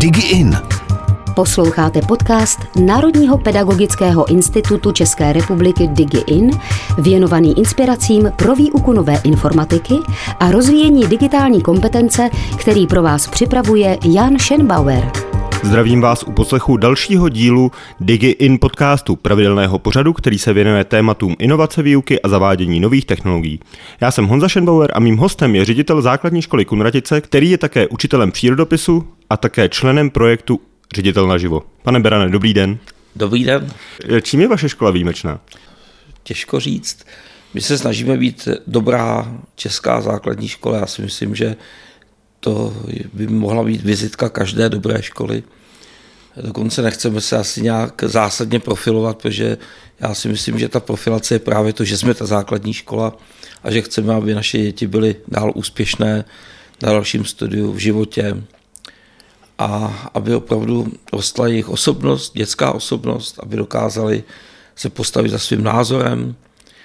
DigiIn. Posloucháte podcast Národního pedagogického institutu České republiky DigiIn, věnovaný inspiracím pro výuku nové informatiky a rozvíjení digitální kompetence, který pro vás připravuje Jan Schenbauer. Zdravím vás u poslechu dalšího dílu DigiIn podcastu, pravidelného pořadu, který se věnuje tématům inovace výuky a zavádění nových technologií. Já jsem Honza Schenbauer a mým hostem je ředitel základní školy Kunratice, který je také učitelem přírodopisu a také členem projektu Ředitel naživo. Pane Berane, dobrý den. Dobrý den. Čím je vaše škola výjimečná? Těžko říct. My se snažíme být dobrá česká základní škola. Já si myslím, že to by mohla být vizitka každé dobré školy. Dokonce nechceme se asi nějak zásadně profilovat, protože já si myslím, že ta profilace je právě to, že jsme ta základní škola a že chceme, aby naše děti byly dál úspěšné na dalším studiu v životě a aby opravdu rostla jejich osobnost, dětská osobnost, aby dokázali se postavit za svým názorem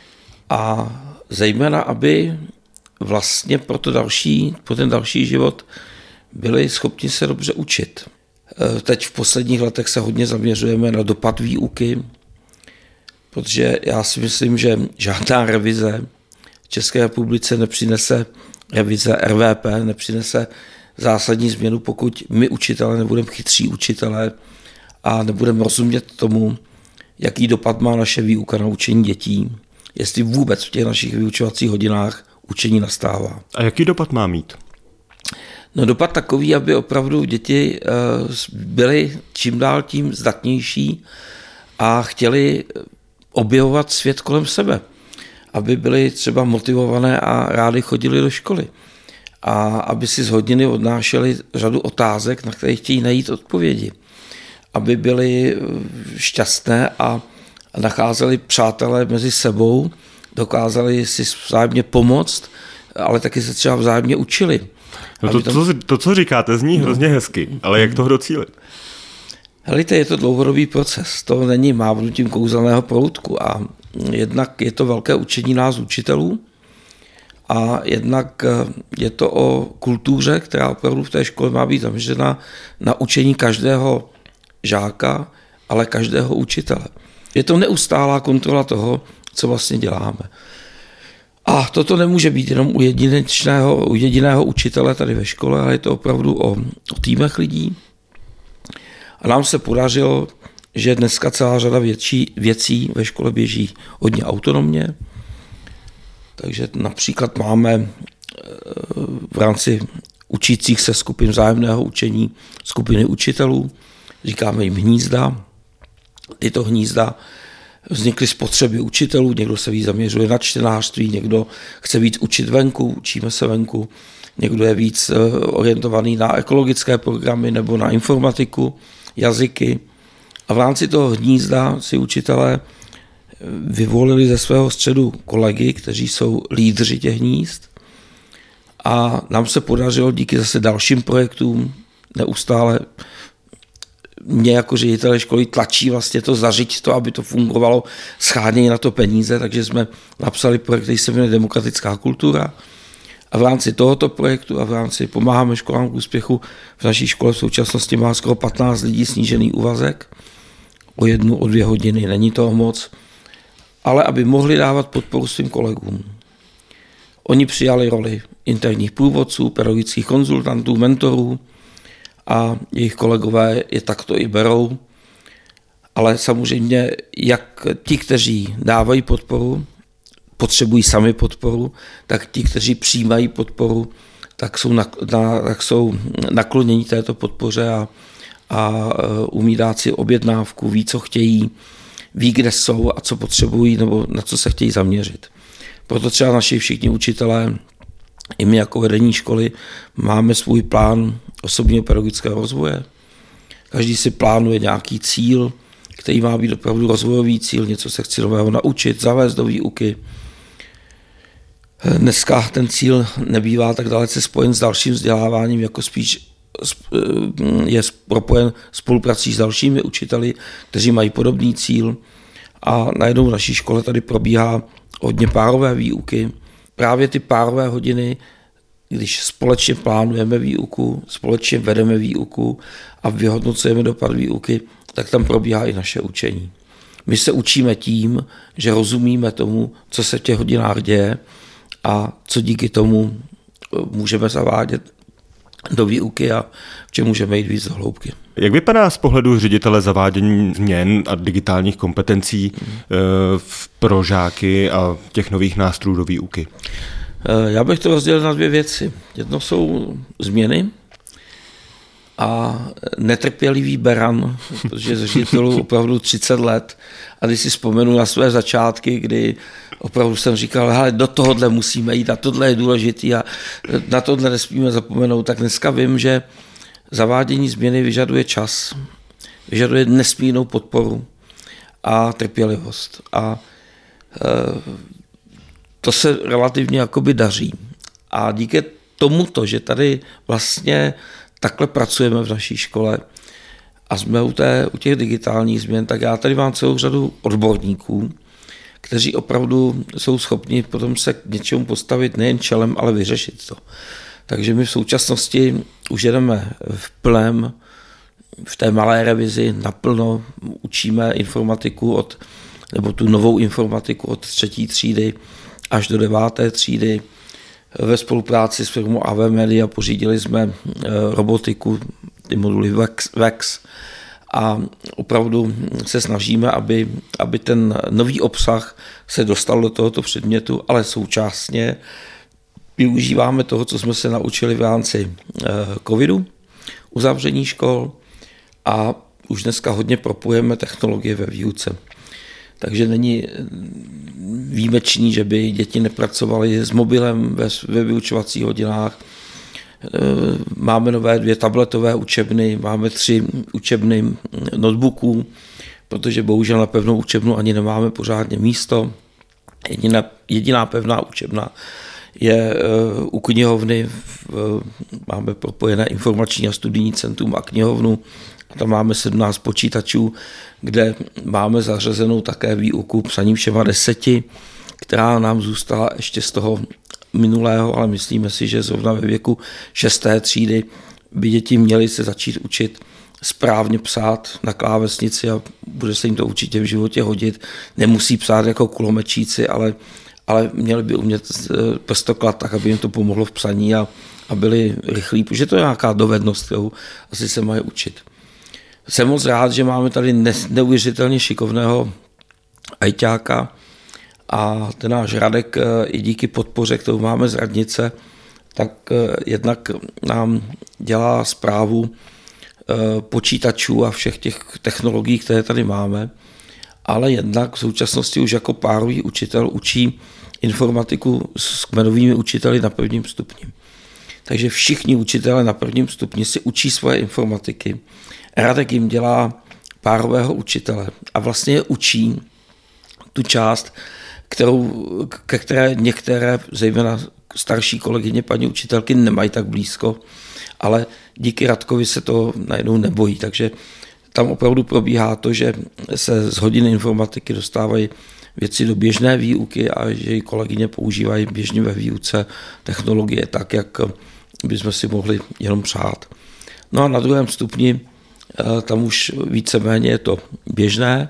a zejména, aby vlastně pro ten další život byli schopni se dobře učit. Teď v posledních letech se hodně zaměřujeme na dopad výuky, protože já si myslím, že žádná revize v České republice nepřinese revize RVP, nepřinese zásadní změnu, pokud my učitelé nebudeme chytří učitelé a nebudeme rozumět tomu, jaký dopad má naše výuka na učení dětí, jestli vůbec v těch našich vyučovacích hodinách učení nastává. A jaký dopad má mít? No dopad takový, aby opravdu děti byly čím dál tím zdatnější a chtěli objevovat svět kolem sebe. Aby byly třeba motivované a rádi chodili do školy. A aby si z hodiny odnášeli řadu otázek, na které chtějí najít odpovědi. Aby byly šťastné a nacházeli přátelé mezi sebou, dokázali si vzájemně pomoct, ale taky se třeba vzájemně učili. No to, co říkáte, zní hrozně hezky, ale jak toho docílit? Helejte, je to dlouhodobý proces, to není mávnutím kouzelného proutku a jednak je to velké učení nás učitelů a jednak je to o kultuře, která opravdu v té škole má být zaměřena na učení každého žáka, ale každého učitele. Je to neustálá kontrola toho, co vlastně děláme. A toto nemůže být jenom u jediného učitele tady ve škole, ale je to opravdu o týmech lidí. A nám se podařilo, že dneska celá řada věcí ve škole běží hodně autonomně. Takže například máme v rámci učících se skupin vzájemného učení skupiny učitelů, říkáme jim hnízda. Tyto hnízda vznikly z potřeby učitelů, někdo se víc zaměřuje na čtenářství, někdo chce víc učit venku, učíme se venku, někdo je víc orientovaný na ekologické programy nebo na informatiku, jazyky. A v rámci toho hnízda si učitelé vyvolili ze svého středu kolegy, kteří jsou lídři těch hnízd. A nám se podařilo díky zase dalším projektům neustále mě jako ředitele školy tlačí vlastně to zařiď to, aby to fungovalo, schánějí na to peníze, takže jsme napsali projekt, který se jmenuje Demokratická kultura. A v rámci tohoto projektu a v rámci pomáháme školám k úspěchu v naší škole v současnosti má skoro 15 lidí snížený úvazek o 1-2 hodiny, není toho moc, ale aby mohli dávat podporu svým kolegům. Oni přijali roli interních průvodců, pedagogických konzultantů, mentorů, a jejich kolegové je takto i berou, ale samozřejmě jak ti, kteří dávají podporu, potřebují sami podporu, tak ti, kteří přijímají podporu, tak jsou naklonění této podpoře a umí dát si objednávku, ví, co chtějí, ví, kde jsou a co potřebují nebo na co se chtějí zaměřit. Proto třeba naši všichni učitelé i my jako vedení školy máme svůj plán osobního pedagogického rozvoje. Každý si plánuje nějaký cíl, který má být opravdu rozvojový cíl, něco se chci nového naučit, zavést do výuky. Dneska ten cíl nebývá tak dalece spojen s dalším vzděláváním, jako spíš je propojen spoluprací s dalšími učiteli, kteří mají podobný cíl. A najednou v naší škole tady probíhá hodně párové výuky. Právě ty párové hodiny když společně plánujeme výuku, společně vedeme výuku a vyhodnocujeme dopad výuky, tak tam probíhá i naše učení. My se učíme tím, že rozumíme tomu, co se v těch hodinách děje a co díky tomu můžeme zavádět do výuky a v čem můžeme jít víc do hloubky. Jak vypadá z pohledu ředitele zavádění změn a digitálních kompetencí pro žáky a těch nových nástrojů do výuky? Já bych to rozdělil na 2 věci. Jedno jsou změny a netrpělivý beran, protože z ředitelů opravdu 30 let. A když si vzpomenu na své začátky, kdy opravdu jsem říkal, hele, do tohohle musíme jít a tohle je důležitý a na tohle nesmíme zapomenout, tak dneska vím, že zavádění změny vyžaduje čas, vyžaduje nesmírnou podporu a trpělivost. A to se relativně jakoby daří. A díky tomuto, že tady vlastně takhle pracujeme v naší škole a jsme u těch digitálních změn, tak já tady mám celou řadu odborníků, kteří opravdu jsou schopni potom se k něčemu postavit nejen čelem, ale vyřešit to. Takže my v současnosti už jedeme v té malé revizi naplno, učíme informatiku nebo tu novou informatiku od 3. třídy až do 9. třídy. Ve spolupráci s firmou AV Media pořídili jsme robotiku, ty moduly VEX a opravdu se snažíme, aby ten nový obsah se dostal do tohoto předmětu, ale současně využíváme toho, co jsme se naučili v rámci covidu, uzavření škol a už dneska hodně propojujeme technologie ve výuce. Takže není výjimečný, že by děti nepracovaly s mobilem ve vyučovacích hodinách. Máme nové 2 tabletové učebny, máme 3 učebny notebooků, protože bohužel na pevnou učebnu ani nemáme pořádně místo. Jediná pevná učebna je u knihovny, máme propojené informační a studijní centrum a knihovnu. Tam máme 17 počítačů, kde máme zařazenou také výuku psaním všema 10, která nám zůstala ještě z toho minulého, ale myslíme si, že zrovna ve věku 6. třídy by děti měly se začít učit správně psát na klávesnici a bude se jim to určitě v životě hodit. Nemusí psát jako kulomečíci, ale měli by umět prstoklad tak, aby jim to pomohlo v psaní a byli rychlí, protože to je nějaká dovednost, kterou asi se mají učit. Jsem moc rád, že máme tady neuvěřitelně šikovného ajťáka a ten náš Radek i díky podpoře, kterou máme z radnice, tak jednak nám dělá správu počítačů a všech těch technologií, které tady máme, ale jednak v současnosti už jako párový učitel učí informatiku s kmenovými učiteli na 1. stupni. Takže všichni učitelé na 1. stupni si učí svoje informatiky. Radek jim dělá párového učitele a vlastně je učí tu část, ke které některé, zejména starší kolegyně, paní učitelky, nemají tak blízko, ale díky Radkovi se to najednou nebojí. Takže tam opravdu probíhá to, že se z hodiny informatiky dostávají věci do běžné výuky a že ji kolegyně používají běžně ve výuce technologie tak, jak bychom si mohli jenom přát. No a na 2. stupni tam už víceméně je to běžné,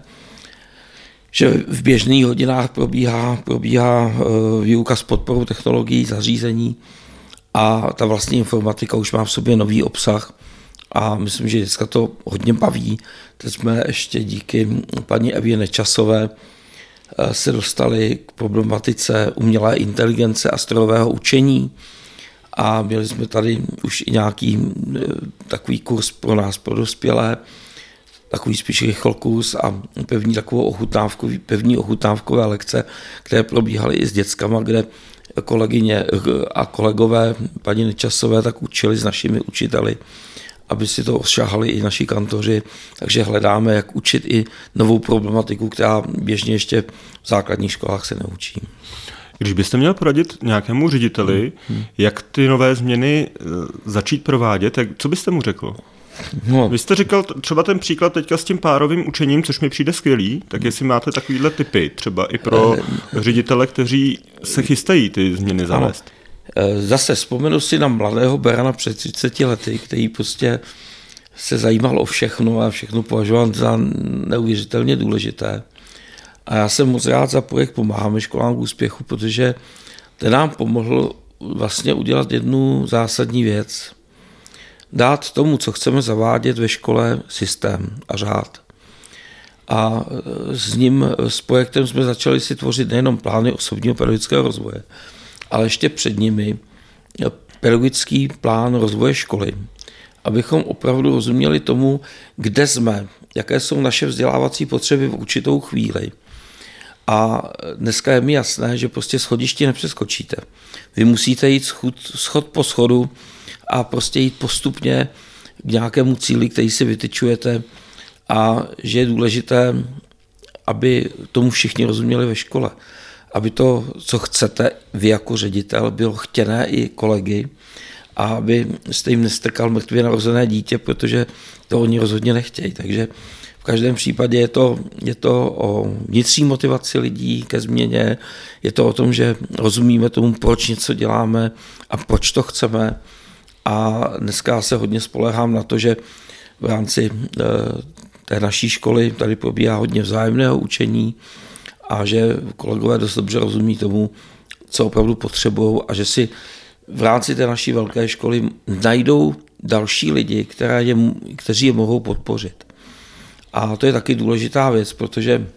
že v běžných hodinách probíhá výuka s podporou technologií, zařízení a ta vlastní informatika už má v sobě nový obsah a myslím, že dneska to hodně baví. Teď jsme ještě díky paní Evě Nečasové se dostali k problematice umělé inteligence a strojového učení a měli jsme tady už i nějaký takový kurz pro nás, pro dospělé, takový spíš rychlokurs a pevní ochutnávkové lekce, které probíhaly i s dětskama, kde kolegyně a kolegové paní Nečasové tak učili s našimi učiteli, aby si to ošahali i naši kantoři, takže hledáme, jak učit i novou problematiku, která běžně ještě v základních školách se neučí. Když byste měl poradit nějakému řediteli, jak ty nové změny začít provádět, tak co byste mu řekl? No. Vy jste říkal třeba ten příklad teďka s tím párovým učením, což mi přijde skvělý, tak jestli máte takovýhle tipy třeba i pro ředitele, kteří se chystají ty změny zavést. Zase vzpomenu si na mladého Berana před 30 lety, který prostě se zajímal o všechno a všechno považoval za neuvěřitelně důležité. A já jsem moc rád za projekt Pomáháme školám k úspěchu, protože ten nám pomohl vlastně udělat jednu zásadní věc. Dát tomu, co chceme zavádět ve škole, systém a řád. A s projektem jsme začali si tvořit nejenom plány osobního pedagogického rozvoje, ale ještě před nimi pedagogický plán rozvoje školy, abychom opravdu rozuměli tomu, kde jsme, jaké jsou naše vzdělávací potřeby v určitou chvíli. A dneska je mi jasné, že prostě schodiště nepřeskočíte. Vy musíte jít schod po schodu a prostě jít postupně k nějakému cíli, který si vytyčujete, a že je důležité, aby tomu všichni rozuměli ve škole. Aby to, co chcete vy jako ředitel, bylo chtěné i kolegy a aby jste jim nestrkal mrtvě narozené dítě, protože to oni rozhodně nechtějí. Takže v každém případě je to o vnitřní motivaci lidí ke změně, je to o tom, že rozumíme tomu, proč něco děláme a proč to chceme. A dneska se hodně spoléhám na to, že v rámci té naší školy tady probíhá hodně vzájemného učení a že kolegové dost dobře rozumí tomu, co opravdu potřebují a že si v rámci té naší velké školy najdou další lidi, kteří je mohou podpořit. A to je taky důležitá věc, protože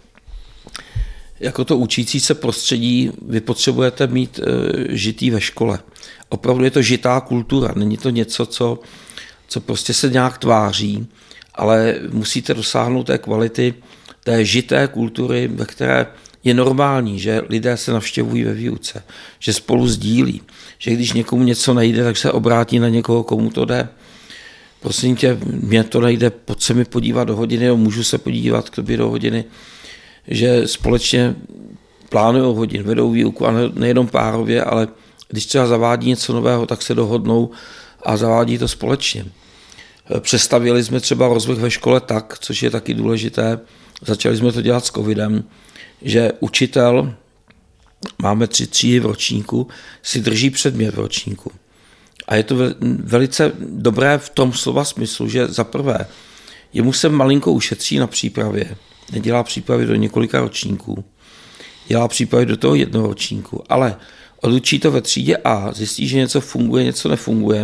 jako to učící se prostředí vy potřebujete mít žitý ve škole. Opravdu je to žitá kultura, není to něco, co prostě se nějak tváří, ale musíte dosáhnout té kvality, té žité kultury, ve které je normální, že lidé se navštěvují ve výuce, že spolu sdílí, že když někomu něco nejde, tak se obrátí na někoho, komu to jde. Prosím tě, mně to nejde, pojď se mi podívat do hodiny, nebo můžu se podívat k tobě do hodiny, že společně plánují hodin, vedou výuku a nejenom párově, ale když třeba zavádí něco nového, tak se dohodnou a zavádí to společně. Přestavěli jsme třeba rozvrh ve škole tak, což je taky důležité, začali jsme to dělat s covidem, že učitel, máme 3 třídy v ročníku, si drží předmět v ročníku. A je to velice dobré v tom slova smyslu, že za prvé jemu se malinko ušetří na přípravě, nedělá přípravy do několika ročníků, dělá přípravy do toho jednoho ročníku, ale odučí to ve třídě A, zjistí, že něco funguje, něco nefunguje,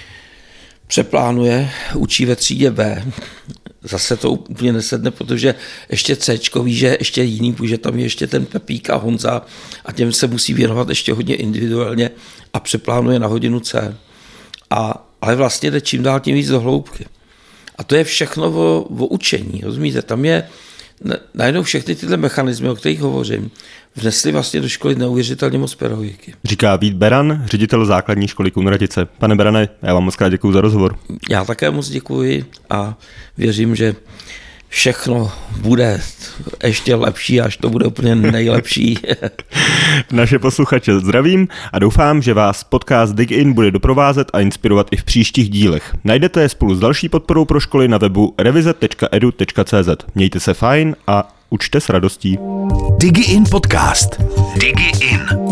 přeplánuje, učí ve třídě B, zase to úplně nesedne, protože ještě Cčko ví, že ještě jiný, protože tam je ještě ten Pepík a Honza a těm se musí věnovat ještě hodně individuálně a přeplánuje na hodinu C. Ale vlastně jde čím dál tím víc do hloubky. A to je všechno o učení, rozumíte? Tam je najednou všechny tyhle mechanismy, o kterých hovořím, vnesli vlastně do školy neuvěřitelně moc pedagogiky. Říká Vít Beran, ředitel základní školy Kunratice. Pane Berane, já vám moc krát děkuju za rozhovor. Já také moc děkuji a věřím, že všechno bude ještě lepší, až to bude úplně nejlepší. Naše posluchače zdravím a doufám, že vás podcast Dig In bude doprovázet a inspirovat i v příštích dílech. Najdete je spolu s další podporou pro školy na webu revize.edu.cz. Mějte se fajn a učte s radostí. Digi In podcast. Digi In.